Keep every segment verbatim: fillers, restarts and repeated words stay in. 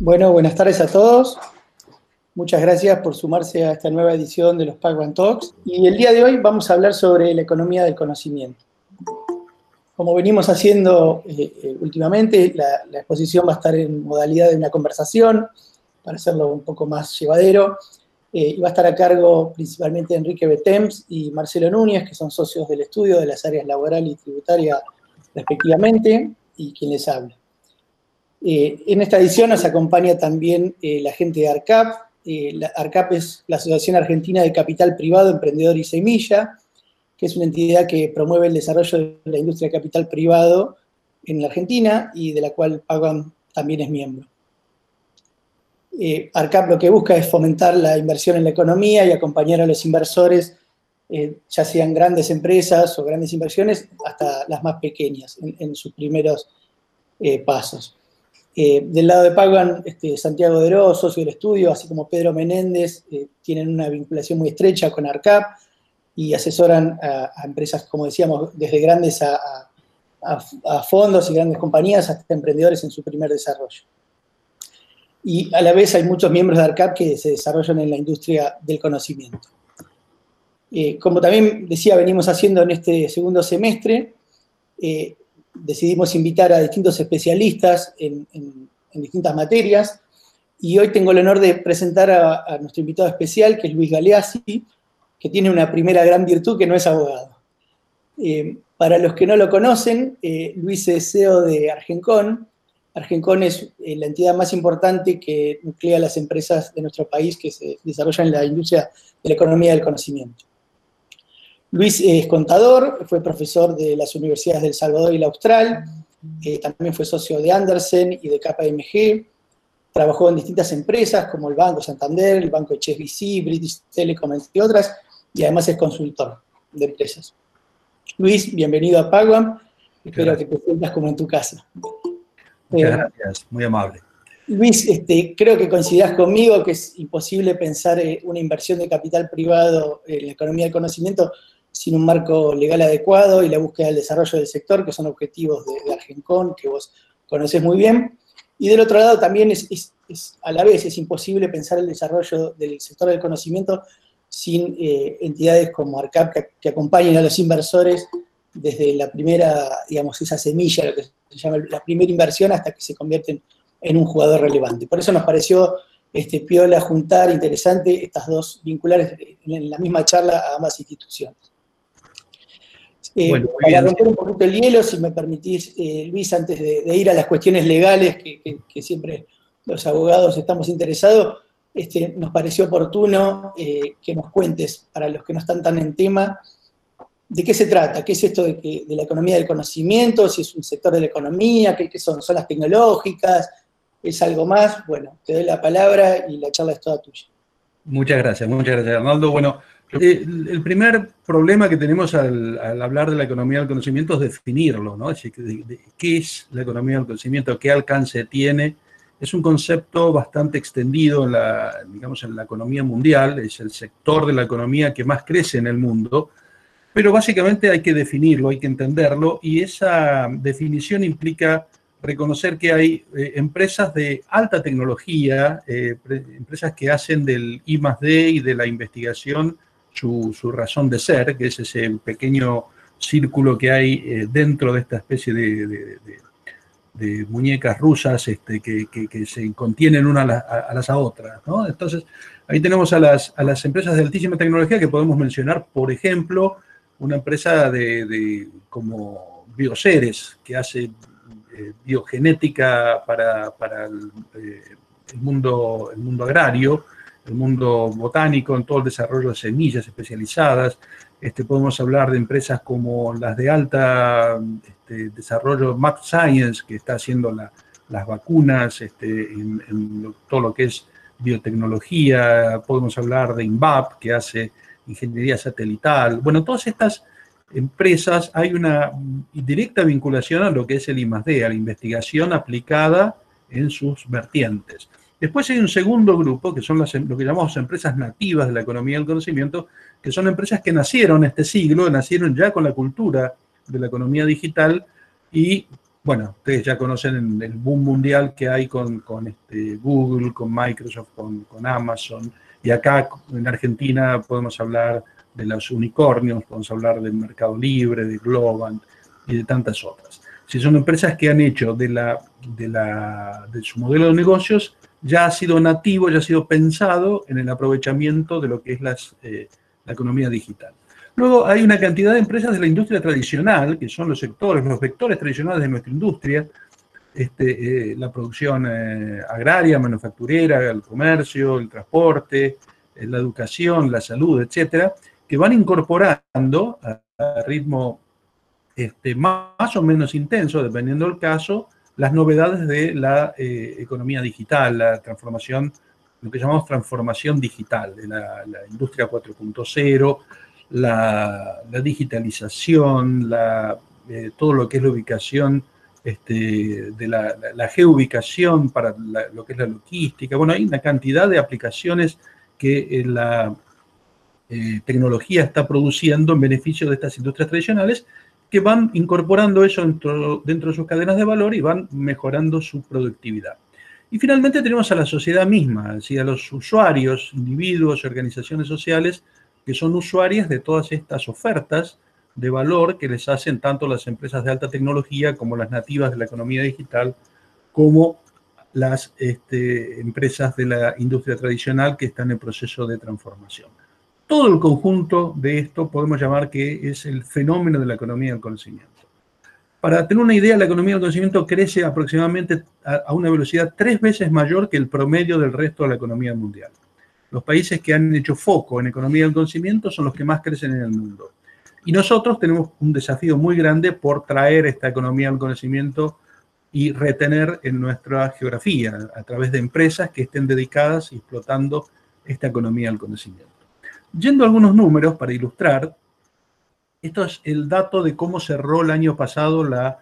Bueno, buenas tardes a todos. Muchas gracias por sumarse a esta nueva edición de los PagOne Talks. Y el día de hoy vamos a hablar sobre la economía del conocimiento. Como venimos haciendo eh, eh, últimamente, la, la exposición va a estar en modalidad de una conversación, para hacerlo un poco más llevadero, eh, y va a estar a cargo principalmente de Enrique Betems y Marcelo Núñez, que son socios del estudio de las áreas laboral y tributaria respectivamente, y quien les habla. Eh, en esta edición nos acompaña también eh, la gente de ARCAP. Eh, la, ARCAP es la Asociación Argentina de Capital Privado, Emprendedor y Semilla, que es una entidad que promueve el desarrollo de la industria de capital privado en la Argentina y de la cual PagOne también es miembro. Eh, ARCAP lo que busca es fomentar la inversión en la economía y acompañar a los inversores, eh, ya sean grandes empresas o grandes inversiones, hasta las más pequeñas, en, en sus primeros eh, pasos. Eh, del lado de PagOne, este, Santiago Deró, socio del estudio, así como Pedro Menéndez, eh, tienen una vinculación muy estrecha con ARCAP y asesoran a, a empresas, como decíamos, desde grandes a, a, a fondos y grandes compañías hasta emprendedores en su primer desarrollo. Y a la vez hay muchos miembros de ARCAP que se desarrollan en la industria del conocimiento. Eh, como también decía, venimos haciendo en este segundo semestre, eh, decidimos invitar a distintos especialistas en, en, en distintas materias, y hoy tengo el honor de presentar a, a nuestro invitado especial, que es Luis Galeazzi, que tiene una primera gran virtud, que no es abogado. Eh, para los que no lo conocen, eh, Luis es C E O de Argencon. Argencon es eh, la entidad más importante que nuclea las empresas de nuestro país que se desarrollan en la industria de la economía del conocimiento. Luis es contador, fue profesor de las universidades de El Salvador y la Austral, eh, también fue socio de Andersen y de K P M G, trabajó en distintas empresas como el Banco Santander, el Banco H S B C, British Telecom, entre otras, y además es consultor de empresas. Luis, bienvenido a PagOne, espero que te sientas como en tu casa. Muchas eh, gracias, muy amable. Luis, este, creo que coincidirás conmigo que es imposible pensar eh, una inversión de capital privado en la economía del conocimiento sin un marco legal adecuado y la búsqueda del desarrollo del sector, que son objetivos de, de Argencon, que vos conocés muy bien. Y del otro lado también es, es, es, a la vez es imposible pensar el desarrollo del sector del conocimiento sin eh, entidades como ARCAP que, que acompañen a los inversores desde la primera, digamos, esa semilla, lo que se llama la primera inversión, hasta que se convierten en un jugador relevante. Por eso nos pareció este, piola juntar, interesante, estas dos vinculares en la misma charla a ambas instituciones. Eh, bueno, para romper un poquito el hielo, si me permitís, eh, Luis, antes de, de ir a las cuestiones legales, que, que, que siempre los abogados estamos interesados, este, nos pareció oportuno eh, que nos cuentes, para los que no están tan en tema, de qué se trata, qué es esto de, que, de la economía del conocimiento, si es un sector de la economía, qué, qué son, son las tecnológicas, es algo más. Bueno, te doy la palabra y la charla es toda tuya. Muchas gracias, muchas gracias, Arnaldo. Bueno, el, el primer problema que tenemos al, al hablar de la economía del conocimiento es definirlo, ¿no? Es decir, de, de, ¿qué es la economía del conocimiento? ¿Qué alcance tiene? Es un concepto bastante extendido en la, digamos, en la economía mundial, es el sector de la economía que más crece en el mundo, pero básicamente hay que definirlo, hay que entenderlo, y esa definición implica reconocer que hay eh, empresas de alta tecnología, eh, empresas que hacen del I más D y de la investigación su, su razón de ser, que es ese pequeño círculo que hay eh, dentro de esta especie de, de, de, de muñecas rusas este, que, que, que se contienen una a, la, a, a las a otras, ¿no? Entonces, ahí tenemos a las, a las empresas de altísima tecnología que podemos mencionar, por ejemplo, una empresa de, de como Bioceres, que hace eh, biogenética para, para el, eh, el, mundo, el mundo agrario, el mundo botánico, en todo el desarrollo de semillas especializadas. Este, podemos hablar de empresas como las de alta este, desarrollo, MathScience, que está haciendo la, las vacunas, este, en, en lo, todo lo que es biotecnología. Podemos hablar de INVAP, que hace ingeniería satelital. Bueno, todas estas empresas hay una directa vinculación a lo que es el I más D, a la investigación aplicada en sus vertientes. Después hay un segundo grupo, que son las, lo que llamamos empresas nativas de la economía del conocimiento, que son empresas que nacieron este siglo, nacieron ya con la cultura de la economía digital y bueno, ustedes ya conocen el boom mundial que hay con, con este Google, con Microsoft, con, con Amazon, y acá en Argentina podemos hablar de los unicornios, podemos hablar del Mercado Libre, de Globant y de tantas otras. Si son empresas que han hecho de, la, de, la, de su modelo de negocios, ya ha sido nativo, ya ha sido pensado en el aprovechamiento de lo que es las, eh, la economía digital. Luego hay una cantidad de empresas de la industria tradicional, que son los sectores, los vectores tradicionales de nuestra industria, este, eh, la producción eh, agraria, manufacturera, el comercio, el transporte, eh, la educación, la salud, etcétera, que van incorporando a, a ritmo este, más, más o menos intenso, dependiendo del caso, las novedades de la eh, economía digital, la transformación, lo que llamamos transformación digital, de la, la industria cuatro punto cero, La, la digitalización, la, eh, todo lo que es la ubicación, este, de la, la, la geoubicación para la, lo que es la logística. Bueno, hay una cantidad de aplicaciones que eh, la eh, tecnología está produciendo en beneficio de estas industrias tradicionales que van incorporando eso dentro, dentro de sus cadenas de valor y van mejorando su productividad. Y finalmente tenemos a la sociedad misma, es decir, a los usuarios, individuos, organizaciones sociales, que son usuarias de todas estas ofertas de valor que les hacen tanto las empresas de alta tecnología como las nativas de la economía digital, como las este, empresas de la industria tradicional que están en proceso de transformación. Todo el conjunto de esto podemos llamar que es el fenómeno de la economía del conocimiento. Para tener una idea, la economía del conocimiento crece aproximadamente a, a una velocidad tres veces mayor que el promedio del resto de la economía mundial. Los países que han hecho foco en economía del conocimiento son los que más crecen en el mundo. Y nosotros tenemos un desafío muy grande por traer esta economía del conocimiento y retener en nuestra geografía a través de empresas que estén dedicadas y explotando esta economía del conocimiento. Yendo a algunos números para ilustrar, esto es el dato de cómo cerró el año pasado la,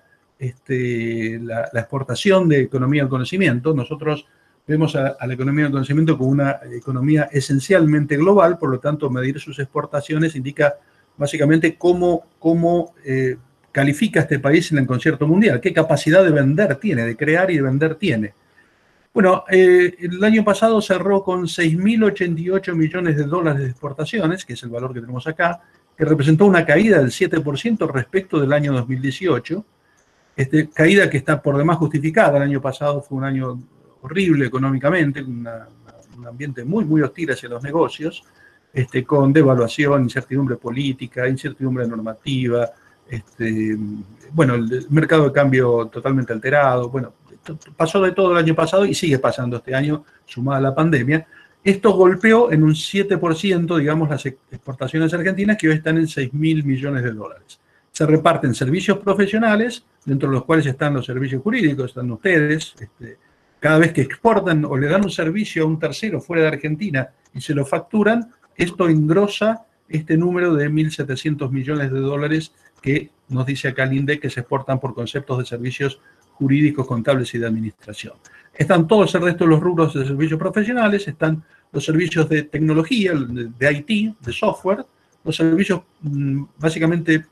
este, la, la exportación de economía del conocimiento. Nosotros vemos a, a la economía del conocimiento como una economía esencialmente global, por lo tanto, medir sus exportaciones indica básicamente cómo, cómo eh, califica este país en el concierto mundial, qué capacidad de vender tiene, de crear y de vender tiene. Bueno, eh, el año pasado cerró con seis mil ochenta y ocho millones de dólares de exportaciones, que es el valor que tenemos acá, que representó una caída del siete por ciento respecto del año dos mil dieciocho, este, caída que está por demás justificada. El año pasado fue un año horrible económicamente, una, un ambiente muy, muy hostil hacia los negocios, este, con devaluación, incertidumbre política, incertidumbre normativa, este, bueno, el mercado de cambio totalmente alterado, bueno, pasó de todo el año pasado y sigue pasando este año, sumada a la pandemia. Esto golpeó en un siete por ciento, digamos, las exportaciones argentinas, que hoy están en seis mil millones de dólares. Se reparten servicios profesionales, dentro de los cuales están los servicios jurídicos, están ustedes. Este, cada vez que exportan o le dan un servicio a un tercero fuera de Argentina y se lo facturan, esto engrosa este número de mil setecientos millones de dólares que nos dice acá el INDEC que se exportan por conceptos de servicios jurídicos, contables y de administración. Están todos el resto de los rubros de servicios profesionales, están los servicios de tecnología, de I T, de software, los servicios básicamente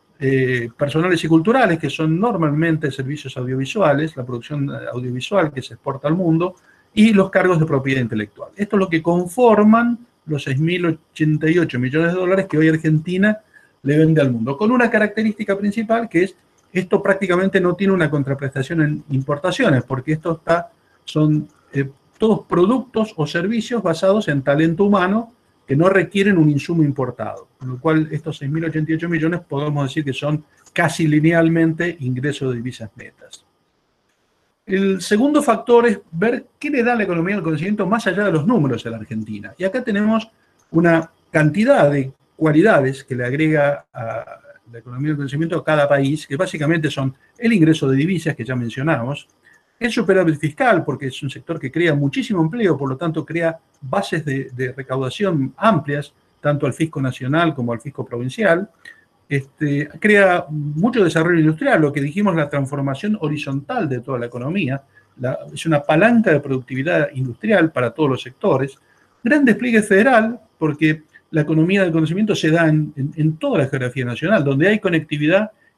eh, personales y culturales, que son normalmente servicios audiovisuales, la producción audiovisual que se exporta al mundo, y los cargos de propiedad intelectual. Esto es lo que conforman los seis mil ochenta y ocho millones de dólares que hoy Argentina le vende al mundo, con una característica principal que es esto prácticamente no tiene una contraprestación en importaciones, porque esto está, son eh, todos productos o servicios basados en talento humano que no requieren un insumo importado, con lo cual estos seis mil ochenta y ocho millones podemos decir que son casi linealmente ingresos de divisas netas. El segundo factor es ver qué le da la economía del conocimiento más allá de los números a la Argentina. Y acá tenemos una cantidad de cualidades que le agrega a la economía del conocimiento a cada país, que básicamente son el ingreso de divisas, que ya mencionamos, el superávit fiscal, porque es un sector que crea muchísimo empleo, por lo tanto crea bases de, de recaudación amplias, tanto al fisco nacional como al fisco provincial, este, crea mucho desarrollo industrial, lo que dijimos, la transformación horizontal de toda la economía, la, es una palanca de productividad industrial para todos los sectores, gran despliegue federal, porque la economía del conocimiento se da en, en, en toda la geografía nacional, donde hay conectividad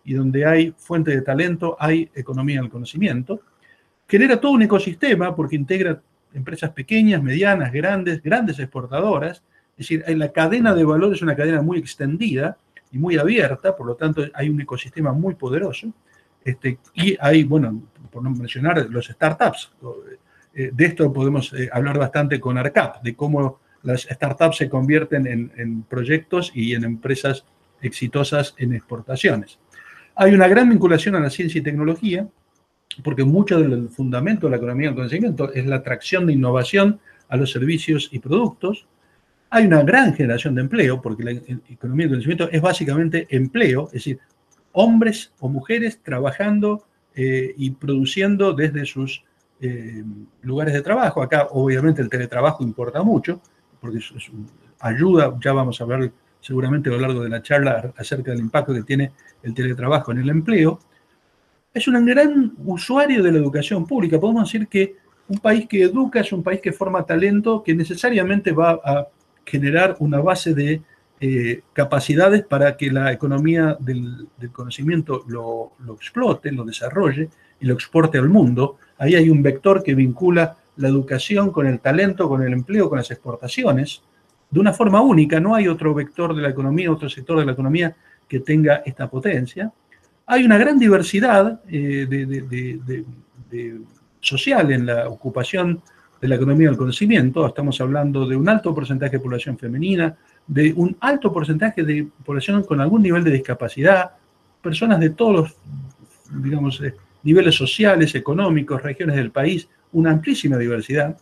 y donde hay fuente de talento, hay economía del conocimiento. Genera todo un ecosistema porque integra empresas pequeñas, medianas, grandes, grandes exportadoras. Es decir, la cadena de valor es una cadena muy extendida y muy abierta, por lo tanto hay un ecosistema muy poderoso. Este, y hay, bueno, por no mencionar los startups. Eh, de esto podemos eh, hablar bastante con ARCAP, de cómo las startups se convierten en, en proyectos y en empresas exitosas en exportaciones. Hay una gran vinculación a la ciencia y tecnología, porque mucho del fundamento de la economía del conocimiento es la atracción de innovación a los servicios y productos. Hay una gran generación de empleo, porque la economía del conocimiento es básicamente empleo, es decir, hombres o mujeres trabajando eh, y produciendo desde sus eh, lugares de trabajo. Acá, obviamente, el teletrabajo importa mucho, porque eso es un, ayuda, ya vamos a hablar seguramente a lo largo de la charla acerca del impacto que tiene el teletrabajo en el empleo. Es un gran usuario de la educación pública. Podemos decir que un país que educa es un país que forma talento, que necesariamente va a generar una base de eh, capacidades para que la economía del, del conocimiento lo, lo explote, lo desarrolle y lo exporte al mundo. Ahí hay un vector que vincula la educación con el talento, con el empleo, con las exportaciones, de una forma única. No hay otro vector de la economía, otro sector de la economía que tenga esta potencia. Hay una gran diversidad eh, de, de, de, de, de social en la ocupación de la economía del conocimiento. Estamos hablando de un alto porcentaje de población femenina, de un alto porcentaje de población con algún nivel de discapacidad, personas de todos los, digamos, eh, niveles sociales, económicos, regiones del país, una amplísima diversidad.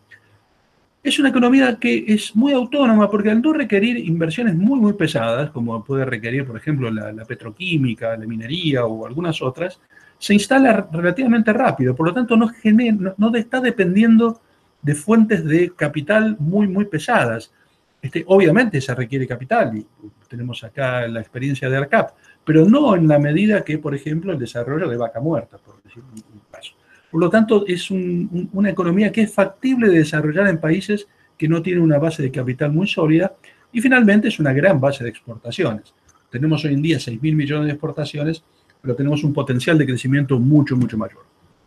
Es una economía que es muy autónoma porque al no requerir inversiones muy, muy pesadas, como puede requerir, por ejemplo, la, la petroquímica, la minería o algunas otras, se instala relativamente rápido. Por lo tanto, no, genera, no, no está dependiendo de fuentes de capital muy, muy pesadas. Este, obviamente se requiere capital, y tenemos acá la experiencia de ARCAP, pero no en la medida que, por ejemplo, el desarrollo de Vaca Muerta, por decir un caso. Por lo tanto, es un, un, una economía que es factible de desarrollar en países que no tienen una base de capital muy sólida, y finalmente es una gran base de exportaciones. Tenemos hoy en día seis mil millones de exportaciones, pero tenemos un potencial de crecimiento mucho, mucho mayor.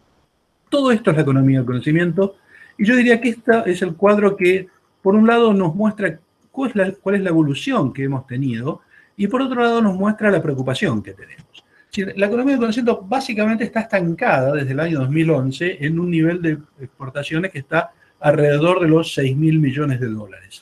Todo esto es la economía del conocimiento, y yo diría que este es el cuadro que, por un lado, nos muestra cuál es la, cuál es la evolución que hemos tenido, y por otro lado nos muestra la preocupación que tenemos. La economía del conocimiento básicamente está estancada desde el año dos mil once en un nivel de exportaciones que está alrededor de los seis mil millones de dólares.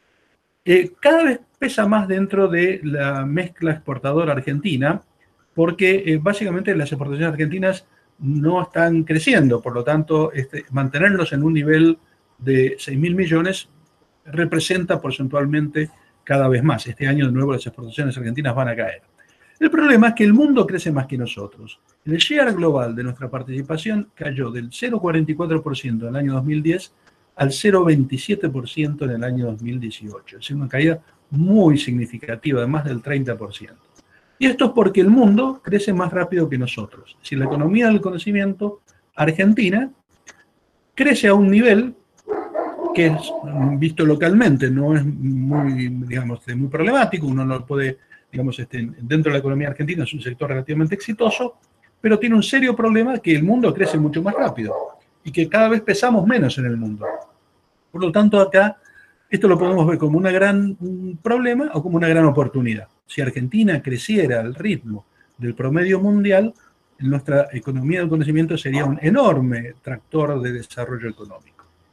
Eh, cada vez pesa más dentro de la mezcla exportadora argentina, porque eh, básicamente las exportaciones argentinas no están creciendo, por lo tanto, este, mantenerlos en un nivel de seis mil millones representa porcentualmente cada vez más. Este año, de nuevo, las exportaciones argentinas van a caer. El problema es que el mundo crece más que nosotros. El share global de nuestra participación cayó del cero coma cuarenta y cuatro por ciento en el año dos mil diez al cero coma veintisiete por ciento en el año dos mil dieciocho. Es una caída muy significativa, de más del treinta por ciento. Y esto es porque el mundo crece más rápido que nosotros. Es decir, la economía del conocimiento argentina crece a un nivel que es visto localmente, no es muy, digamos, muy problemático, uno no puede, digamos, este, dentro de la economía argentina es un sector relativamente exitoso, pero tiene un serio problema que el mundo crece mucho más rápido y que cada vez pesamos menos en el mundo. Por lo tanto, acá esto lo podemos ver como una gran, un problema o como una gran oportunidad. Si Argentina creciera al ritmo del promedio mundial, nuestra economía del conocimiento sería un enorme tractor de desarrollo económico.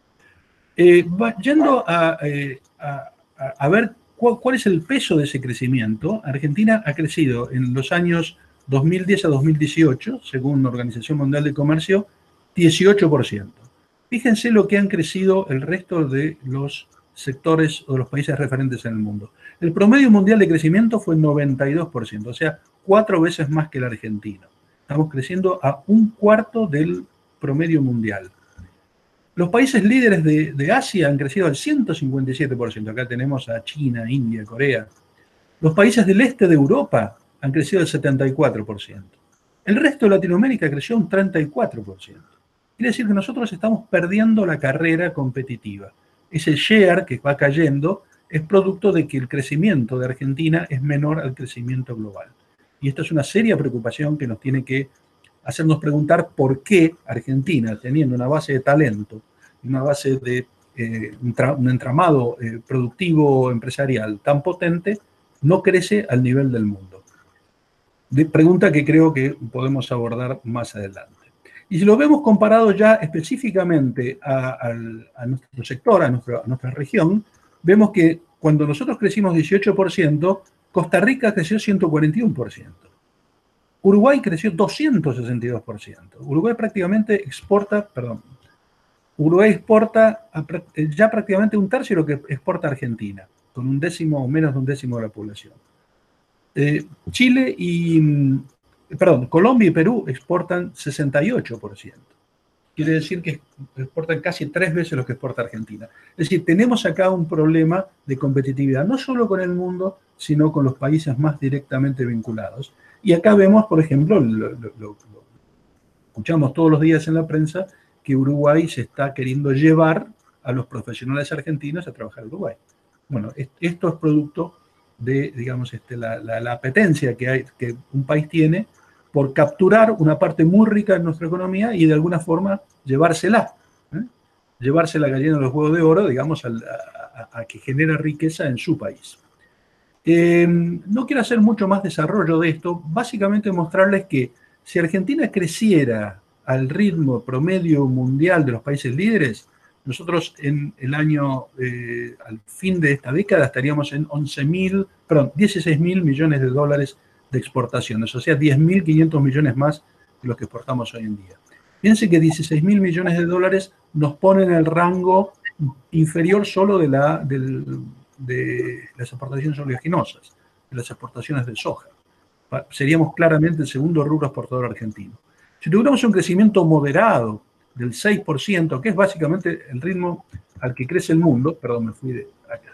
Eh, va, yendo a, eh, a, a ver cuál, cuál es el peso de ese crecimiento, Argentina ha crecido en los años dos mil diez a dos mil dieciocho, según la Organización Mundial de Comercio, dieciocho por ciento. Fíjense lo que han crecido el resto de los sectores o de los países referentes en el mundo. El promedio mundial de crecimiento fue noventa y dos por ciento, o sea, cuatro veces más que el argentino. Estamos creciendo a un cuarto del promedio mundial. Los países líderes de, de Asia han crecido al ciento cincuenta y siete por ciento. Acá tenemos a China, India, Corea. Los países del este de Europa han crecido al setenta y cuatro por ciento. El resto de Latinoamérica creció un treinta y cuatro por ciento. Quiere decir que nosotros estamos perdiendo la carrera competitiva. Ese share que va cayendo es producto de que el crecimiento de Argentina es menor al crecimiento global. Y esto es una seria preocupación que nos tiene que hacernos preguntar por qué Argentina, teniendo una base de talento, una base de eh, un, un entramado eh, productivo empresarial tan potente, no crece al nivel del mundo. De pregunta que creo que podemos abordar más adelante. Y si lo vemos comparado ya específicamente a, a, a nuestro sector, a, nuestro, a nuestra región, vemos que cuando nosotros crecimos dieciocho por ciento, Costa Rica creció ciento cuarenta y uno por ciento. Uruguay creció doscientos sesenta y dos por ciento. Uruguay prácticamente exporta, perdón, Uruguay exporta a, ya prácticamente un tercio de lo que exporta Argentina, con un décimo o menos de un décimo de la población. Eh, Chile y, perdón, Colombia y Perú exportan sesenta y ocho por ciento. Quiere decir que exportan casi tres veces lo que exporta Argentina. Es decir, tenemos acá un problema de competitividad, no solo con el mundo, sino con los países más directamente vinculados. Y acá vemos, por ejemplo, lo, lo, lo, lo escuchamos todos los días en la prensa, que Uruguay se está queriendo llevar a los profesionales argentinos a trabajar en Uruguay. Bueno, esto es producto de, digamos, este, la, la, la apetencia que, hay, que un país tiene por capturar una parte muy rica de nuestra economía y de alguna forma llevársela, ¿eh? llevarse la gallina de los huevos de oro, digamos, a, a, a que genera riqueza en su país. Eh, no quiero hacer mucho más desarrollo de esto, básicamente mostrarles que si Argentina creciera al ritmo promedio mundial de los países líderes, nosotros en el año, eh, al fin de esta década, estaríamos en once mil, perdón, dieciséis mil millones de dólares de exportaciones, o sea, diez mil quinientos millones más de los que exportamos hoy en día. Fíjense que dieciséis mil millones de dólares nos ponen en el rango inferior solo de, la, del, de las exportaciones oleaginosas, de las exportaciones de soja. Seríamos claramente el segundo rubro exportador argentino. Si tuviéramos un crecimiento moderado del seis por ciento, que es básicamente el ritmo al que crece el mundo, perdón, me fui de acá,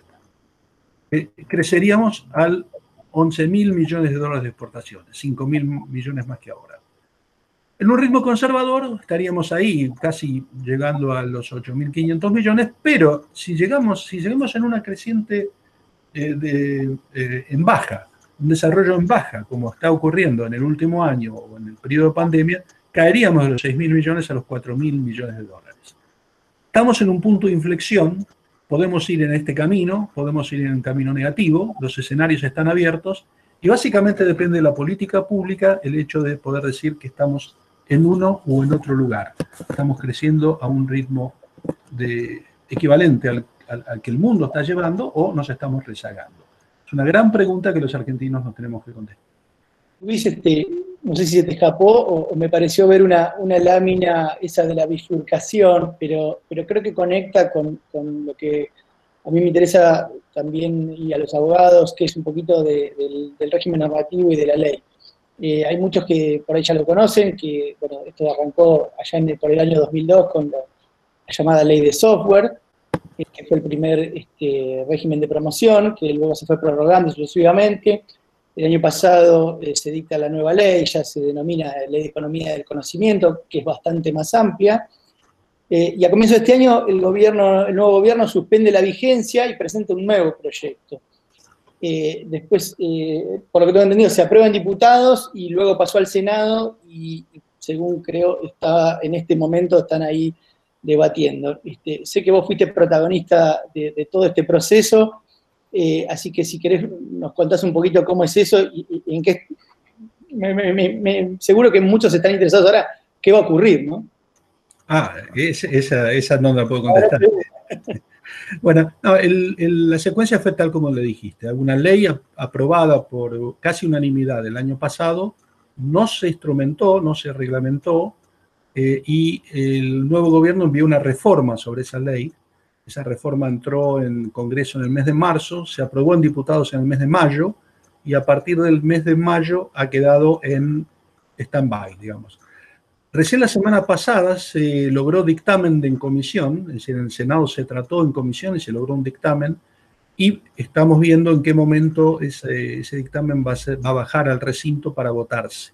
eh, creceríamos al once mil millones de dólares de exportaciones, cinco mil millones más que ahora. En un ritmo conservador estaríamos ahí, casi llegando a los ocho mil quinientos millones, pero si llegamos, si llegamos en una creciente eh, de, eh, en baja, un desarrollo en baja, como está ocurriendo en el último año o en el periodo de pandemia, caeríamos de los seis mil millones a los cuatro mil millones de dólares. Estamos en un punto de inflexión, podemos ir en este camino, podemos ir en un camino negativo, los escenarios están abiertos, y básicamente depende de la política pública el hecho de poder decir que estamos en uno o en otro lugar. Estamos creciendo a un ritmo de, equivalente al, al, al que el mundo está llevando o nos estamos rezagando. Es una gran pregunta que los argentinos nos tenemos que contestar. Luis, este, no sé si se te escapó o, o me pareció ver una, una lámina esa de la bifurcación, pero, pero creo que conecta con, con lo que a mí me interesa también y a los abogados, que es un poquito de, del, del régimen normativo y de la ley. Eh, hay muchos que por ahí ya lo conocen, que bueno, esto arrancó allá en, por el año dos mil dos con la, la llamada ley de software, eh, que fue el primer este, régimen de promoción, que luego se fue prorrogando sucesivamente. El año pasado eh, se dicta la nueva ley, ya se denomina Ley de Economía del Conocimiento, que es bastante más amplia. Eh, y a comienzo de este año el, gobierno, el nuevo gobierno suspende la vigencia y presenta un nuevo proyecto. Eh, después, eh, por lo que tengo entendido, se aprueba en diputados y luego pasó al Senado y, según creo, está, en este momento están ahí debatiendo. Este, sé que vos fuiste protagonista de, de todo este proceso, eh, así que si querés nos contás un poquito cómo es eso y, y en qué... Me, me, me, seguro que muchos están interesados ahora, ¿qué va a ocurrir, no? Ah, es, esa, esa no la puedo contestar. Bueno, no, el, el, la secuencia fue tal como le dijiste. Una ley a, aprobada por casi unanimidad el año pasado, no se instrumentó, no se reglamentó, eh, y el nuevo gobierno envió una reforma sobre esa ley. Esa reforma entró en Congreso en el mes de marzo, se aprobó en diputados en el mes de mayo, y a partir del mes de mayo ha quedado en stand-by, digamos. Recién la semana pasada se logró dictamen de en comisión, es decir, en el Senado se trató en comisión y se logró un dictamen, y estamos viendo en qué momento ese, ese dictamen va a, ser, va a bajar al recinto para votarse.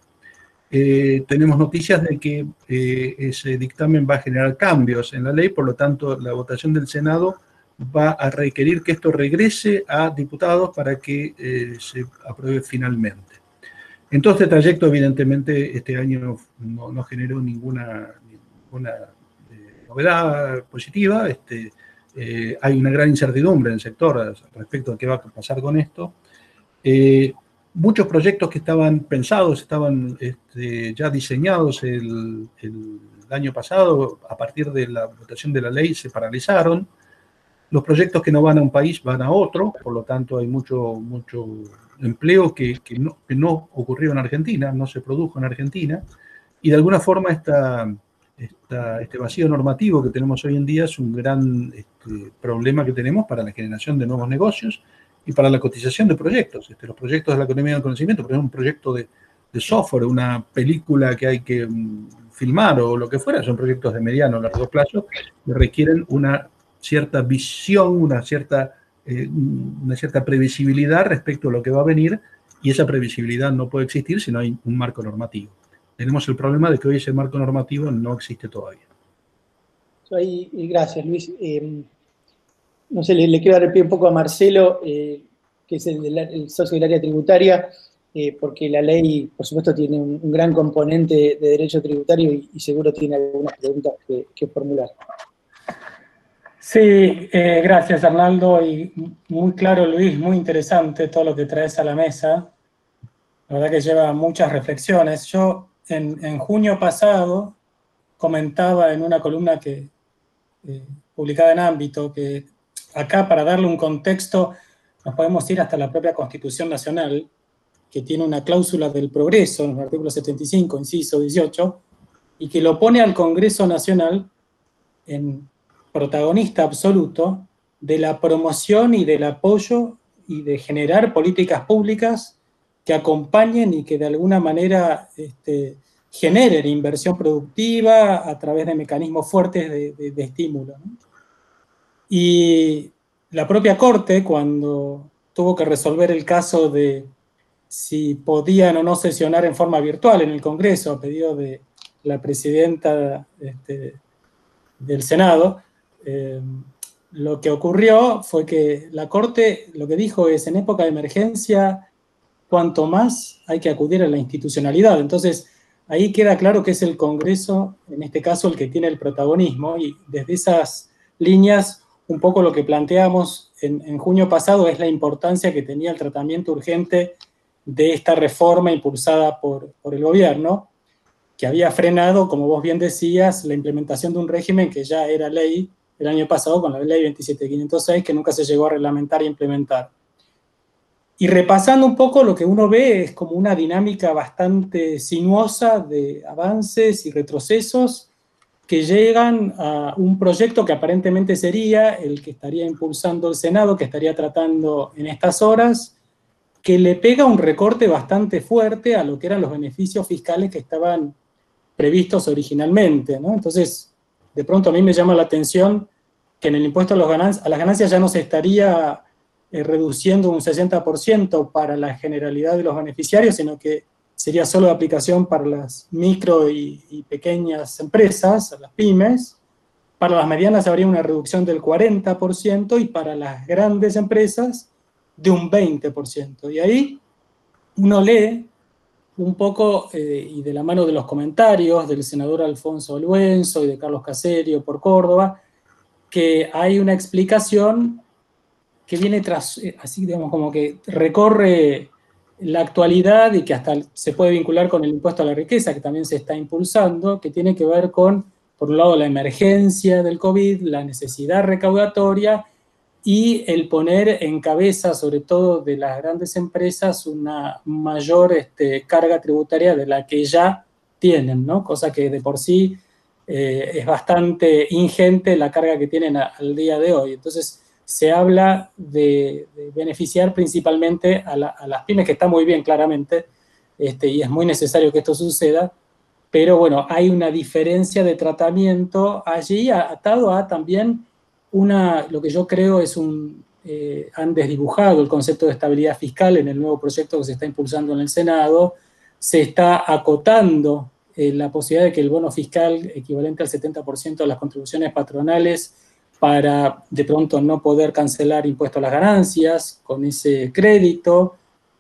Eh, tenemos noticias de que eh, ese dictamen va a generar cambios en la ley, por lo tanto la votación del Senado va a requerir que esto regrese a diputados para que eh, se apruebe finalmente. En todo este trayecto, evidentemente, este año no, no generó ninguna, ninguna eh, novedad positiva. Este, eh, hay una gran incertidumbre en el sector respecto a qué va a pasar con esto. Eh, muchos proyectos que estaban pensados, estaban este, ya diseñados el, el año pasado, a partir de la votación de la ley, se paralizaron. Los proyectos que no van a un país van a otro, por lo tanto hay mucho, mucho empleo que, que, no, que no ocurrió en Argentina, no se produjo en Argentina, y de alguna forma esta, esta, este vacío normativo que tenemos hoy en día es un gran este, problema que tenemos para la generación de nuevos negocios y para la cotización de proyectos. Este, los proyectos de la economía del conocimiento, por ejemplo, un proyecto de, de software, una película que hay que um, filmar o lo que fuera, son proyectos de mediano o largo plazo que requieren una cierta visión, una cierta, eh, una cierta previsibilidad respecto a lo que va a venir, y esa previsibilidad no puede existir si no hay un marco normativo. Tenemos el problema de que hoy ese marco normativo no existe todavía. Soy, gracias, Luis. Eh, no sé, le, le quiero dar el pie un poco a Marcelo, eh, que es el, el socio del área tributaria, eh, porque la ley, por supuesto, tiene un, un gran componente de derecho tributario y, y seguro tiene algunas preguntas que, que formular. Sí, eh, gracias Arnaldo, y muy claro Luis, muy interesante todo lo que traes a la mesa. La verdad que lleva muchas reflexiones. Yo en, en junio pasado comentaba en una columna que eh, publicada en Ámbito que acá, para darle un contexto, nos podemos ir hasta la propia Constitución Nacional, que tiene una cláusula del progreso en el artículo setenta y cinco, inciso dieciocho, y que lo pone al Congreso Nacional en protagonista absoluto de la promoción y del apoyo y de generar políticas públicas que acompañen y que de alguna manera este, generen inversión productiva a través de mecanismos fuertes de, de, de estímulo, ¿no? Y la propia Corte, cuando tuvo que resolver el caso de si podían o no sesionar en forma virtual en el Congreso, a pedido de la presidenta este, del Senado, eh, lo que ocurrió fue que la Corte lo que dijo es, en época de emergencia, cuanto más hay que acudir a la institucionalidad. Entonces, ahí queda claro que es el Congreso, en este caso, el que tiene el protagonismo, y desde esas líneas, un poco lo que planteamos en, en junio pasado es la importancia que tenía el tratamiento urgente de esta reforma impulsada por, por el gobierno, que había frenado, como vos bien decías, la implementación de un régimen que ya era ley el año pasado con la ley veintisiete mil quinientos seis, que nunca se llegó a reglamentar y implementar. Y repasando un poco, lo que uno ve es como una dinámica bastante sinuosa de avances y retrocesos que llegan a un proyecto que aparentemente sería el que estaría impulsando el Senado, que estaría tratando en estas horas, que le pega un recorte bastante fuerte a lo que eran los beneficios fiscales que estaban previstos originalmente, ¿no? Entonces, de pronto a mí me llama la atención que en el impuesto a, los ganancias, a las ganancias ya no se estaría eh, reduciendo un sesenta por ciento para la generalidad de los beneficiarios, sino que sería solo de aplicación para las micro y, y pequeñas empresas, las pymes. Para las medianas habría una reducción del cuarenta por ciento y para las grandes empresas de un veinte por ciento. Y ahí uno lee un poco, eh, y de la mano de los comentarios del senador Alfonso Oluenzo y de Carlos Caserio por Córdoba, que hay una explicación que viene tras, así digamos, como que recorre la actualidad y que hasta se puede vincular con el impuesto a la riqueza, que también se está impulsando, que tiene que ver con, por un lado, la emergencia del COVID, la necesidad recaudatoria y el poner en cabeza, sobre todo de las grandes empresas, una mayor este, carga tributaria de la que ya tienen, ¿no? Cosa que de por sí eh, es bastante ingente la carga que tienen a, al día de hoy. Entonces, se habla de, de beneficiar principalmente a, la, a las pymes, que está muy bien claramente, este, y es muy necesario que esto suceda, pero bueno, hay una diferencia de tratamiento allí atado a también una, lo que yo creo es un, eh, han desdibujado el concepto de estabilidad fiscal en el nuevo proyecto que se está impulsando en el Senado, se está acotando eh, la posibilidad de que el bono fiscal equivalente al setenta por ciento de las contribuciones patronales para de pronto no poder cancelar impuestos a las ganancias con ese crédito,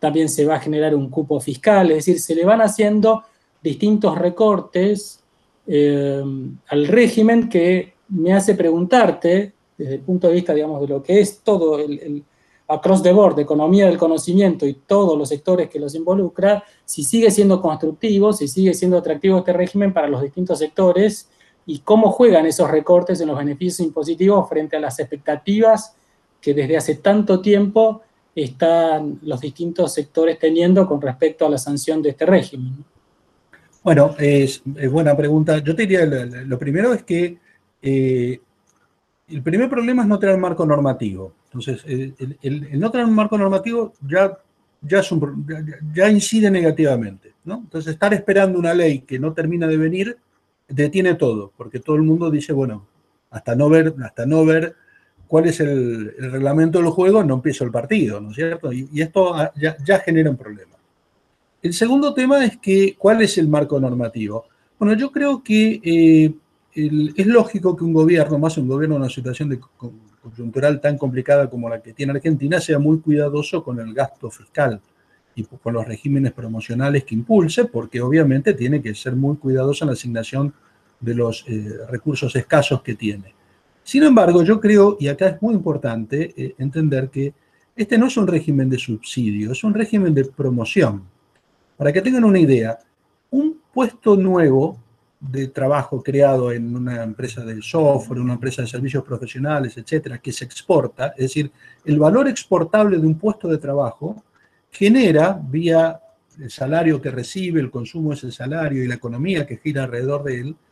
también se va a generar un cupo fiscal, es decir, se le van haciendo distintos recortes eh, al régimen que me hace preguntarte, desde el punto de vista, digamos, de lo que es todo el, el across the board, economía del conocimiento y todos los sectores que los involucra, si sigue siendo constructivo, si sigue siendo atractivo este régimen para los distintos sectores y cómo juegan esos recortes en los beneficios impositivos frente a las expectativas que desde hace tanto tiempo están los distintos sectores teniendo con respecto a la sanción de este régimen. Bueno, es, es buena pregunta. Yo te diría, lo, lo primero es que eh, el primer problema es no tener marco normativo. Entonces, el, el, el no tener un marco normativo ya, ya, es un, ya, ya incide negativamente, ¿no? Entonces, estar esperando una ley que no termina de venir detiene todo, porque todo el mundo dice, bueno, hasta no ver, hasta no ver cuál es el, el reglamento del juego, no empieza el partido, ¿no es cierto? Y, y esto ya, ya genera un problema. El segundo tema es que, ¿cuál es el marco normativo? Bueno, yo creo que eh, el, es lógico que un gobierno, más un gobierno en una situación de, coyuntural tan complicada como la que tiene Argentina, sea muy cuidadoso con el gasto fiscal y con los regímenes promocionales que impulse, porque obviamente tiene que ser muy cuidadoso en la asignación de los eh, recursos escasos que tiene. Sin embargo, yo creo, y acá es muy importante eh, entender que este no es un régimen de subsidio, es un régimen de promoción. Para que tengan una idea, un puesto nuevo de trabajo creado en una empresa de software, una empresa de servicios profesionales, etcétera, que se exporta, es decir, el valor exportable de un puesto de trabajo genera, vía el salario que recibe, el consumo de ese salario y la economía que gira alrededor de él,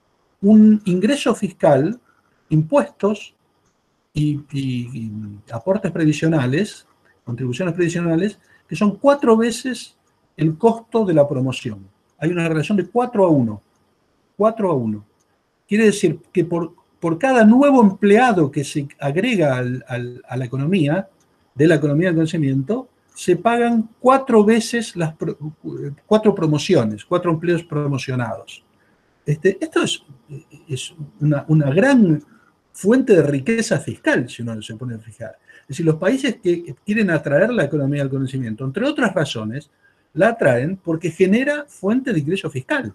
un ingreso fiscal, impuestos y, y, y aportes previsionales, contribuciones previsionales, que son cuatro veces el costo de la promoción. Hay una relación de cuatro a uno. cuatro a uno. Quiere decir que por, por cada nuevo empleado que se agrega al, al, a la economía, de la economía del conocimiento, se pagan cuatro veces las cuatro promociones, cuatro empleos promocionados. Este, esto es, es una, una gran fuente de riqueza fiscal, si uno se pone a fijar. Es decir, los países que quieren atraer la economía del conocimiento, entre otras razones, la atraen porque genera fuente de ingreso fiscal.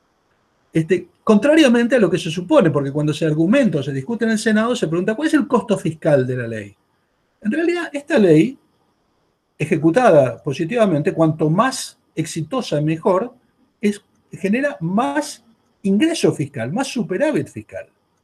Este, contrariamente a lo que se supone, porque cuando se argumenta o se discute en el Senado, se pregunta ¿cuál es el costo fiscal de la ley? En realidad, esta ley, ejecutada positivamente, cuanto más exitosa, mejor, es, genera más ingreso fiscal, más superávit fiscal.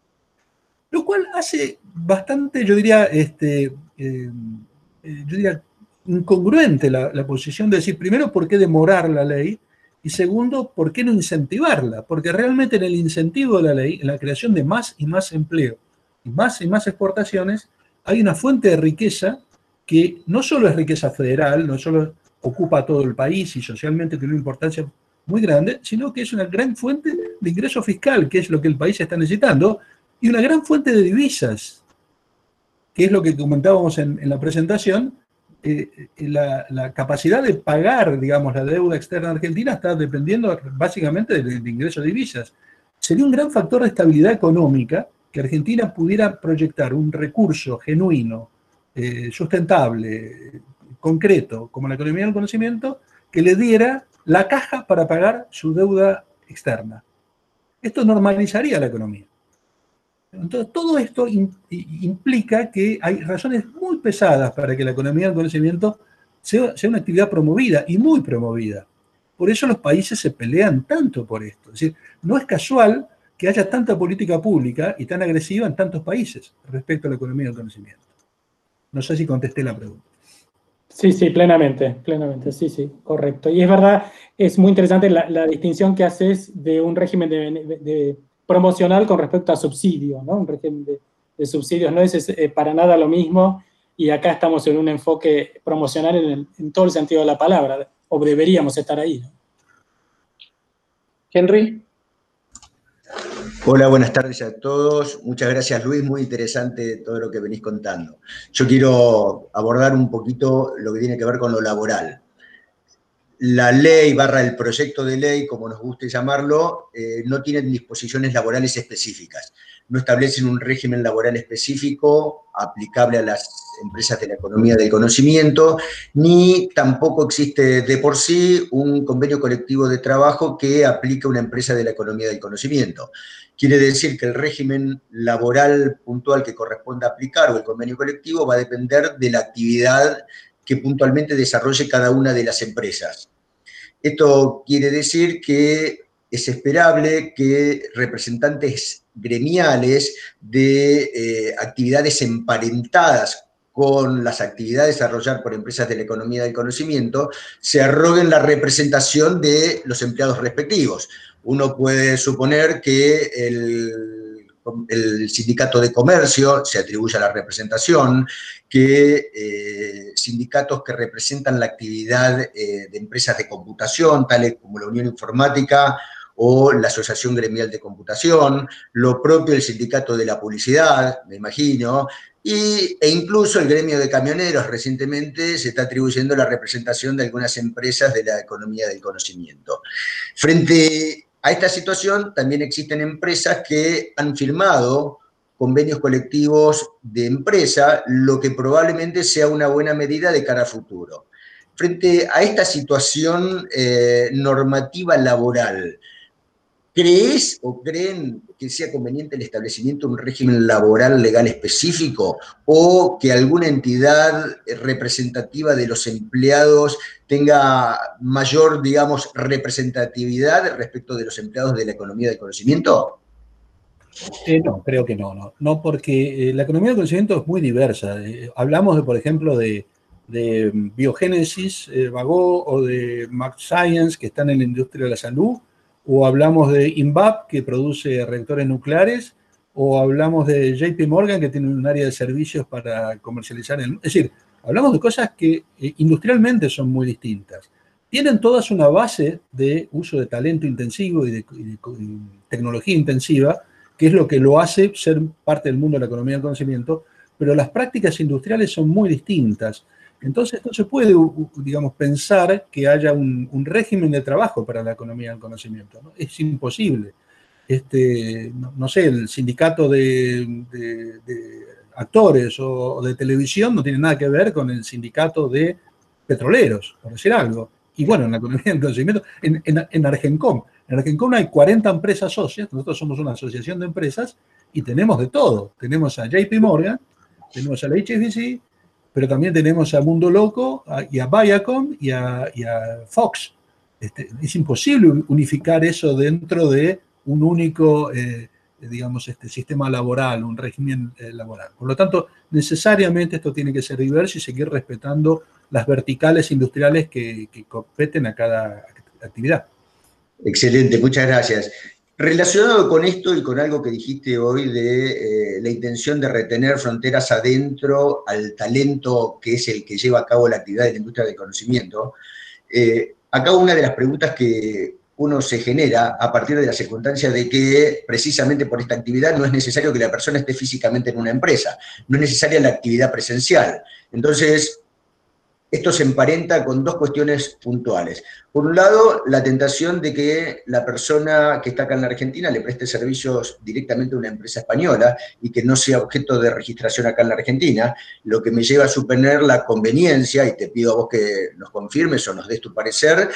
Lo cual hace bastante, yo diría, este, eh, yo diría incongruente la, la posición de decir, primero, ¿por qué demorar la ley? Y segundo, ¿por qué no incentivarla? Porque realmente en el incentivo de la ley, en la creación de más y más empleo, y más y más exportaciones, hay una fuente de riqueza que no solo es riqueza federal, no solo ocupa a todo el país y socialmente tiene una importancia muy grande, sino que es una gran fuente de ingreso fiscal, que es lo que el país está necesitando, y una gran fuente de divisas, que es lo que comentábamos en, en la presentación. Eh, la, la capacidad de pagar, digamos, la deuda externa argentina está dependiendo básicamente del, del ingreso de divisas. Sería un gran factor de estabilidad económica que Argentina pudiera proyectar un recurso genuino, eh, sustentable, concreto, como la economía del conocimiento, que le diera la caja para pagar su deuda externa. Esto normalizaría la economía. Entonces, todo esto implica que hay razones muy pesadas para que la economía del conocimiento sea, sea una actividad promovida y muy promovida. Por eso los países se pelean tanto por esto. Es decir, no es casual que haya tanta política pública y tan agresiva en tantos países respecto a la economía del conocimiento. No sé si contesté la pregunta. Sí, sí, plenamente, plenamente, sí, sí, correcto. Y es verdad, es muy interesante la, la distinción que haces de un régimen de, de, de promocional con respecto a subsidio, ¿no? Un régimen de, de subsidios no es, es eh, para nada lo mismo, y acá estamos en un enfoque promocional en, el, en todo el sentido de la palabra, o deberíamos estar ahí, ¿no? Henry. Hola, buenas tardes a todos. Muchas gracias, Luis. Muy interesante todo lo que venís contando. Yo quiero abordar un poquito lo que tiene que ver con lo laboral. la ley barra el proyecto de ley, como nos guste llamarlo, eh, no tienen disposiciones laborales específicas. No establecen un régimen laboral específico aplicable a las empresas de la economía del conocimiento, ni tampoco existe de por sí un convenio colectivo de trabajo que aplique a una empresa de la economía del conocimiento. Quiere decir que el régimen laboral puntual que corresponda aplicar o el convenio colectivo va a depender de la actividad que puntualmente desarrolle cada una de las empresas. Esto quiere decir que es esperable que representantes gremiales de eh, actividades emparentadas con las actividades a desarrollar por empresas de la economía del conocimiento se arroguen la representación de los empleados respectivos. Uno puede suponer que el, el sindicato de comercio se atribuye a la representación, que eh, sindicatos que representan la actividad eh, de empresas de computación, tales como la Unión Informática o la Asociación Gremial de Computación, lo propio el sindicato de la publicidad, me imagino, y, e incluso el gremio de camioneros recientemente se está atribuyendo la representación de algunas empresas de la economía del conocimiento. Frente a esta situación, también existen empresas que han firmado convenios colectivos de empresa, lo que probablemente sea una buena medida de cara a futuro. Frente a esta situación eh, normativa laboral, ¿crees o creen que sea conveniente el establecimiento de un régimen laboral legal específico o que alguna entidad representativa de los empleados tenga mayor, digamos, representatividad respecto de los empleados de la economía del conocimiento? Eh, no, creo que no, no, no porque eh, la economía del conocimiento es muy diversa. Eh, hablamos, de, por ejemplo, de, de Biogénesis, eh, Bagó, o de Max Science, que están en la industria de la salud, o hablamos de INVAP, que produce reactores nucleares, o hablamos de J P Morgan, que tiene un área de servicios para comercializar. El, es decir, hablamos de cosas que eh, industrialmente son muy distintas. Tienen todas una base de uso de talento intensivo y de, y de, y tecnología intensiva, que es lo que lo hace ser parte del mundo de la economía del conocimiento, pero las prácticas industriales son muy distintas. Entonces no se puede, digamos, pensar que haya un, un régimen de trabajo para la economía del conocimiento, ¿no? Es imposible. Este, no, no sé, el sindicato de, de, de actores o, o de televisión no tiene nada que ver con el sindicato de petroleros, por decir algo. Y bueno, en la economía del conocimiento, en, en, en Argencom, en Argencom hay cuarenta empresas socias, nosotros somos una asociación de empresas y tenemos de todo. Tenemos a J P Morgan, tenemos a la H S B C, pero también tenemos a Mundo Loco a, y a Viacom y a, y a Fox. Este, es imposible unificar eso dentro de un único, eh, digamos, este, sistema laboral, un régimen eh, laboral. Por lo tanto, necesariamente esto tiene que ser diverso y seguir respetando las verticales industriales que, que competen a cada actividad. Excelente, muchas gracias. Relacionado con esto y con algo que dijiste hoy de eh, la intención de retener fronteras adentro al talento que es el que lleva a cabo la actividad de la industria del conocimiento, eh, acá una de las preguntas que uno se genera a partir de la circunstancia de que precisamente por esta actividad no es necesario que la persona esté físicamente en una empresa, no es necesaria la actividad presencial. Entonces, esto se emparenta con dos cuestiones puntuales. Por un lado, la tentación de que la persona que está acá en la Argentina le preste servicios directamente a una empresa española y que no sea objeto de registración acá en la Argentina, lo que me lleva a suponer la conveniencia, y te pido a vos que nos confirmes o nos des tu parecer,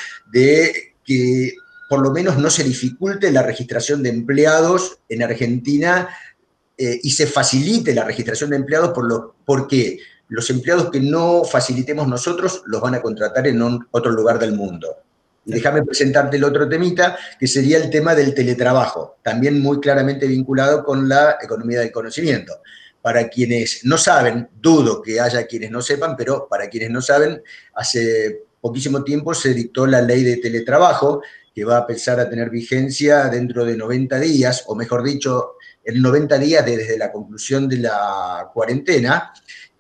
de que por lo menos no se dificulte la registración de empleados en Argentina eh, y se facilite la registración de empleados por lo, porque los empleados que no facilitemos nosotros los van a contratar en un, otro lugar del mundo. Y déjame presentarte el otro temita, que sería el tema del teletrabajo, también muy claramente vinculado con la economía del conocimiento. Para quienes no saben, dudo que haya quienes no sepan, pero para quienes no saben, hace poquísimo tiempo se dictó la ley de teletrabajo, que va a empezar a tener vigencia dentro de noventa días, o mejor dicho, en noventa días desde la conclusión de la cuarentena,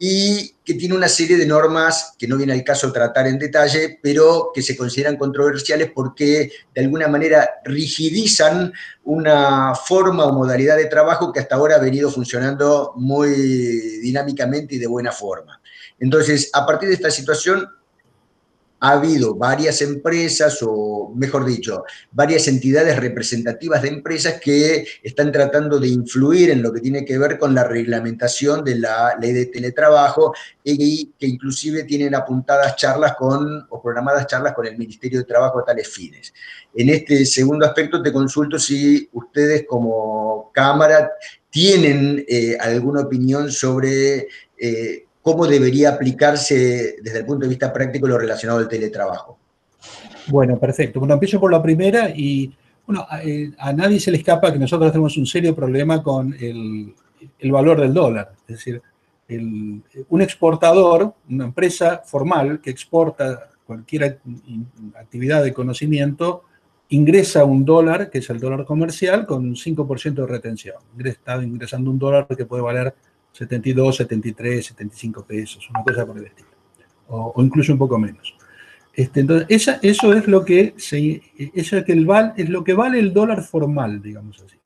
y que tiene una serie de normas que no viene al caso tratar en detalle, pero que se consideran controversiales porque de alguna manera rigidizan una forma o modalidad de trabajo que hasta ahora ha venido funcionando muy dinámicamente y de buena forma. Entonces, a partir de esta situación, ha habido varias empresas, o mejor dicho, varias entidades representativas de empresas que están tratando de influir en lo que tiene que ver con la reglamentación de la ley de teletrabajo y que inclusive tienen apuntadas charlas con, o programadas charlas con el Ministerio de Trabajo a tales fines. En este segundo aspecto te consulto si ustedes como Cámara tienen eh, alguna opinión sobre eh, cómo debería aplicarse desde el punto de vista práctico lo relacionado al teletrabajo. Bueno, perfecto. Bueno, empiezo por la primera y, bueno, a, eh, a nadie se le escapa que nosotros tenemos un serio problema con el, el valor del dólar. Es decir, el, un exportador, una empresa formal que exporta cualquier actividad de conocimiento, ingresa un dólar, que es el dólar comercial, con un cinco por ciento de retención. Está ingresando un dólar que puede valer setenta y dos, setenta y tres, setenta y cinco pesos, una cosa por el estilo, o, o incluso un poco menos. Este, entonces, esa, eso es lo que se, eso es, que el val, es lo que vale el dólar formal, digamos así.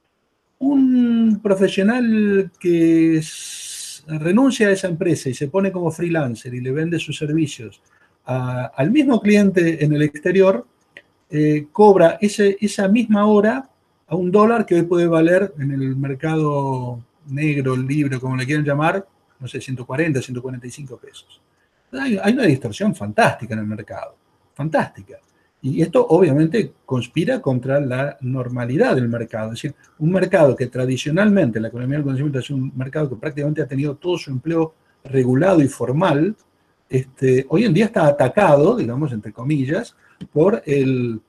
Un profesional que es, renuncia a esa empresa y se pone como freelancer y le vende sus servicios a, al mismo cliente en el exterior, eh, cobra ese, esa misma hora a un dólar que hoy puede valer en el mercado negro, libre, como le quieran llamar, no sé, ciento cuarenta, ciento cuarenta y cinco pesos. Hay, hay una distorsión fantástica en el mercado, fantástica. Y esto obviamente conspira contra la normalidad del mercado. Es decir, un mercado que tradicionalmente, la economía del conocimiento es un mercado que prácticamente ha tenido todo su empleo regulado y formal, este, hoy en día está atacado, digamos, entre comillas, por el,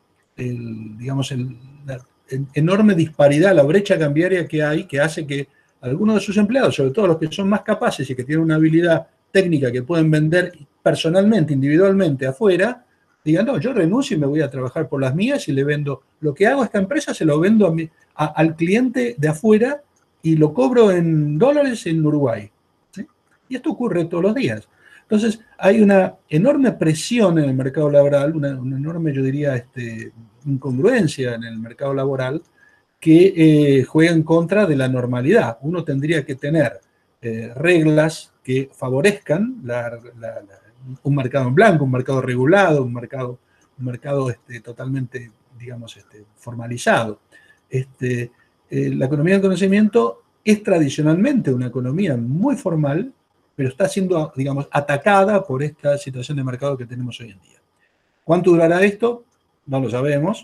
el digamos, el, la enorme disparidad, la brecha cambiaria que hay, que hace que algunos de sus empleados, sobre todo los que son más capaces y que tienen una habilidad técnica que pueden vender personalmente, individualmente afuera, digan, no, yo renuncio y me voy a trabajar por las mías y le vendo, lo que hago a esta empresa se lo vendo a mi, a, al cliente de afuera y lo cobro en dólares en Uruguay. ¿Sí? Y esto ocurre todos los días. Entonces, hay una enorme presión en el mercado laboral, una, una enorme, yo diría, este, incongruencia en el mercado laboral que eh, juega en contra de la normalidad. Uno tendría que tener eh, reglas que favorezcan la, la, la, un mercado en blanco, un mercado regulado, un mercado, un mercado este, totalmente, digamos, este, formalizado. Este, eh, la economía del conocimiento es tradicionalmente una economía muy formal, pero está siendo, digamos, atacada por esta situación de mercado que tenemos hoy en día. ¿Cuánto durará esto? No lo sabemos,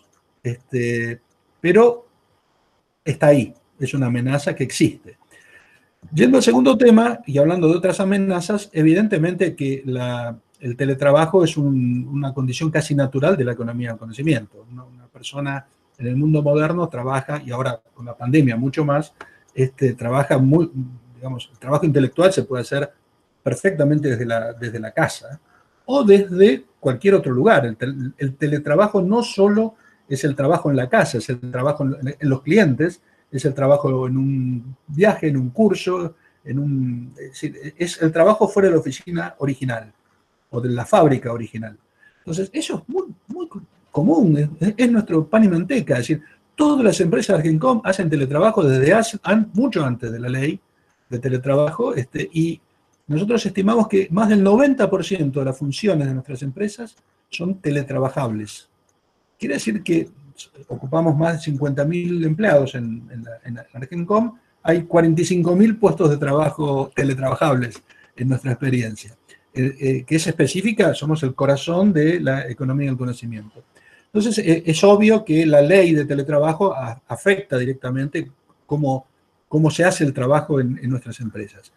este, pero está ahí, es una amenaza que existe. Yendo al segundo tema, y hablando de otras amenazas, evidentemente que la, el teletrabajo es un, una condición casi natural de la economía del conocimiento. Una, una persona en el mundo moderno trabaja, y ahora con la pandemia mucho más, este, trabaja muy, digamos, el trabajo intelectual se puede hacer perfectamente desde la, desde la casa o desde cualquier otro lugar. El, tel, el teletrabajo no solo es el trabajo en la casa, es el trabajo en, en los clientes, es el trabajo en un viaje, en un curso, en un, es, decir, es el trabajo fuera de la oficina original o de la fábrica original. Entonces, eso es muy, muy común, es, es nuestro pan y manteca. Es decir, todas las empresas de Argencom hacen teletrabajo desde hace, an, mucho antes de la ley de teletrabajo, este, y nosotros estimamos que más del noventa por ciento de las funciones de nuestras empresas son teletrabajables. Quiere decir que ocupamos más de cincuenta mil empleados en, en, la, en Argencom, hay cuarenta y cinco mil puestos de trabajo teletrabajables en nuestra experiencia. Eh, eh, que es específica, somos el corazón de la economía del conocimiento. Entonces, eh, es obvio que la ley de teletrabajo a, afecta directamente cómo, cómo se hace el trabajo en, en nuestras empresas.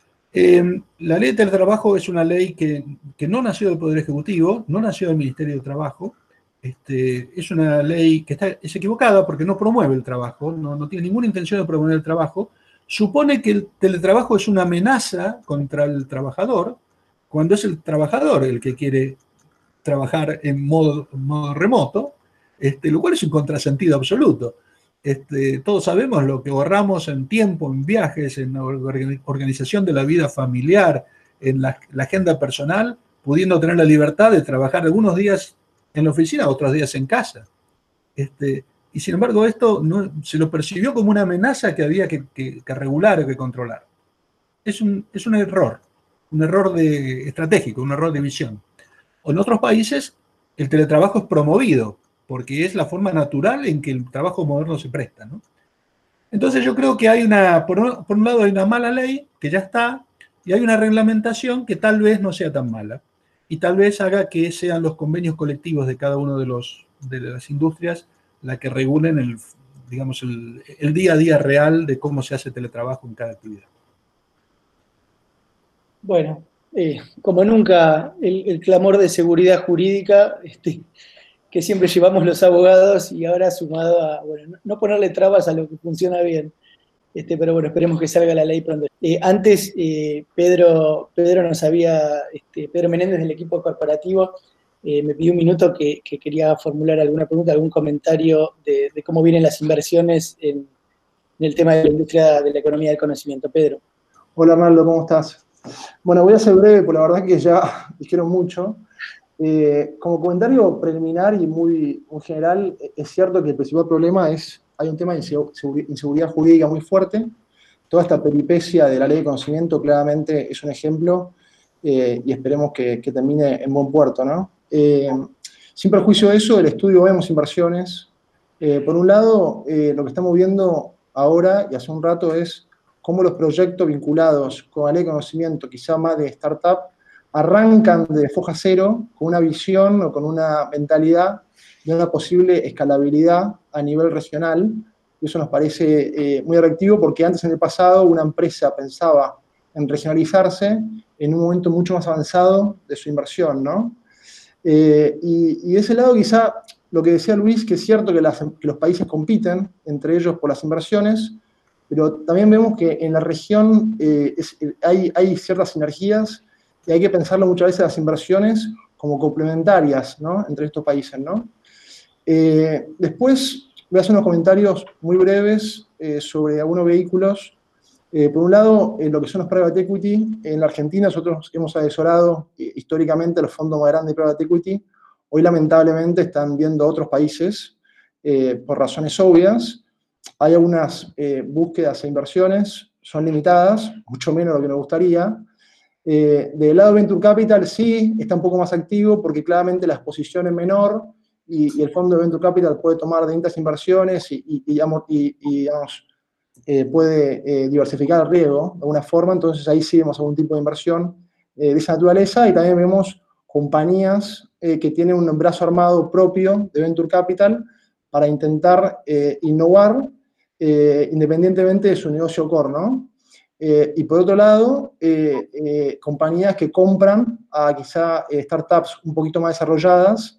Eh, la ley de teletrabajo es una ley que, que no nació del Poder Ejecutivo, no nació del Ministerio de Trabajo. Este, es una ley que está, es equivocada porque no promueve el trabajo, no, no tiene ninguna intención de promover el trabajo. Supone que el teletrabajo es una amenaza contra el trabajador, cuando es el trabajador el que quiere trabajar en modo, en modo remoto, este, lo cual es un contrasentido absoluto. Este, todos sabemos lo que ahorramos en tiempo, en viajes, en organización de la vida familiar, en la, la agenda personal, pudiendo tener la libertad de trabajar algunos días en la oficina, otros días en casa. Este, y sin embargo esto no, se lo percibió como una amenaza que había que, que, que regular o que controlar. Es un, es un error, un error de, estratégico, un error de visión. En otros países el teletrabajo es promovido, porque es la forma natural en que el trabajo moderno se presta, ¿no? Entonces yo creo que hay una, por un, por un lado hay una mala ley, que ya está, y hay una reglamentación que tal vez no sea tan mala, y tal vez haga que sean los convenios colectivos de cada uno de, los, de las industrias la que regulen el, digamos, el, el día a día real de cómo se hace teletrabajo en cada actividad. Bueno, eh, como nunca, el, el clamor de seguridad jurídica este, que siempre llevamos los abogados y ahora sumado a, bueno, no ponerle trabas a lo que funciona bien. Este, pero bueno, esperemos que salga la ley pronto. Eh, antes, eh, Pedro, Pedro nos había, este, Pedro Menéndez del equipo corporativo, eh, me pidió un minuto que, que quería formular alguna pregunta, algún comentario de, de cómo vienen las inversiones en, en el tema de la industria de la economía del conocimiento. Pedro. Hola Arnaldo, ¿cómo estás? Bueno, voy a ser breve, porque la verdad que ya dijeron mucho. Eh, como comentario preliminar y muy, muy general, es cierto que el principal problema es, hay un tema de inseguridad jurídica muy fuerte. Toda esta peripecia de la ley de conocimiento claramente es un ejemplo eh, y esperemos que, que termine en buen puerto, ¿no? Eh, sin perjuicio de eso, el estudio Vemos Inversiones. Eh, por un lado, eh, lo que estamos viendo ahora y hace un rato es cómo los proyectos vinculados con la ley de conocimiento, quizá más de startup, arrancan de foja cero con una visión o con una mentalidad de una posible escalabilidad a nivel regional, y eso nos parece eh, muy atractivo porque antes en el pasado una empresa pensaba en regionalizarse en un momento mucho más avanzado de su inversión, ¿no? Eh, y, y de ese lado quizá lo que decía Luis, que es cierto que, las, que los países compiten entre ellos por las inversiones, pero también vemos que en la región eh, es, hay, hay ciertas sinergias y hay que pensarlo muchas veces las inversiones como complementarias, ¿no? Entre estos países, ¿no? Eh, después voy a hacer unos comentarios muy breves eh, sobre algunos vehículos. Eh, por un lado, eh, lo que son los private equity. En la Argentina nosotros hemos asesorado eh, históricamente los fondos más grandes de private equity. Hoy lamentablemente están viendo otros países eh, por razones obvias. Hay algunas eh, búsquedas e inversiones, son limitadas, mucho menos de lo que nos gustaría. Eh, del lado de Venture Capital sí, está un poco más activo porque claramente la exposición es menor y, y el fondo de Venture Capital puede tomar distintas inversiones y, y, y, digamos, y, y digamos, eh, puede eh, diversificar el riesgo de alguna forma, entonces ahí sí vemos algún tipo de inversión eh, de esa naturaleza y también vemos compañías eh, que tienen un brazo armado propio de Venture Capital para intentar eh, innovar eh, independientemente de su negocio core, ¿no? Eh, y por otro lado, eh, eh, compañías que compran a quizá eh, startups un poquito más desarrolladas,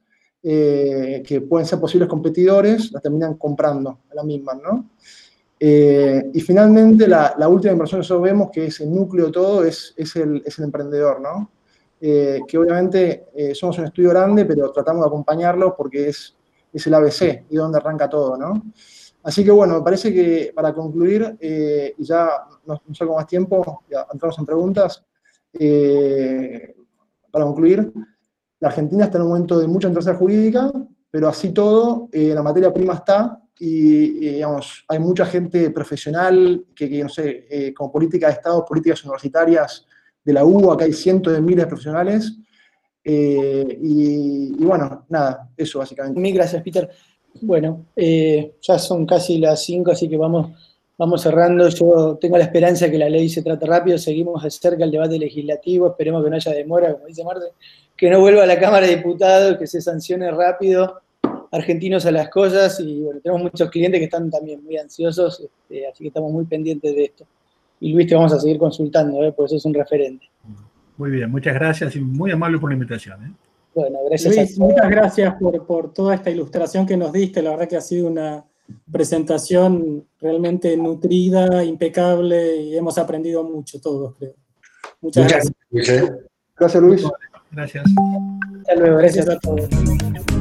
eh, que pueden ser posibles competidores, las terminan comprando a las mismas, ¿no? Eh, y finalmente, la, la última inversión que nosotros vemos, que es el núcleo de todo, es, es, el, es el emprendedor, ¿no? Eh, que obviamente eh, somos un estudio grande, pero tratamos de acompañarlo porque es, es el A B C y donde arranca todo, ¿no? Así que bueno, me parece que para concluir, eh, y ya no, no saco más tiempo, ya entramos en preguntas, eh, para concluir, la Argentina está en un momento de mucha incertidumbre jurídica, pero así todo, eh, la materia prima está, y, y digamos, hay mucha gente profesional que, que no sé, eh, como política de Estado, políticas universitarias de la U, acá hay cientos de miles de profesionales, eh, y, y bueno, nada, eso básicamente. Mil gracias, Peter. Bueno, eh, ya son casi las cinco, así que vamos, vamos cerrando. Yo tengo la esperanza de que la ley se trate rápido, seguimos de cerca el debate legislativo, esperemos que no haya demora, como dice Marte, que no vuelva a la Cámara de Diputados, que se sancione rápido, argentinos a las cosas, y bueno, tenemos muchos clientes que están también muy ansiosos, este, así que estamos muy pendientes de esto. Y Luis, te vamos a seguir consultando, ¿eh? Porque sos un referente. Muy bien, muchas gracias y muy amable por la invitación, ¿eh? Bueno, gracias Luis, a todos. muchas gracias por, por toda esta ilustración que nos diste. La verdad que ha sido una presentación realmente nutrida, impecable, y hemos aprendido mucho todos, creo. Muchas, muchas gracias. gracias. Gracias, Luis. Gracias. Hasta luego, gracias a todos.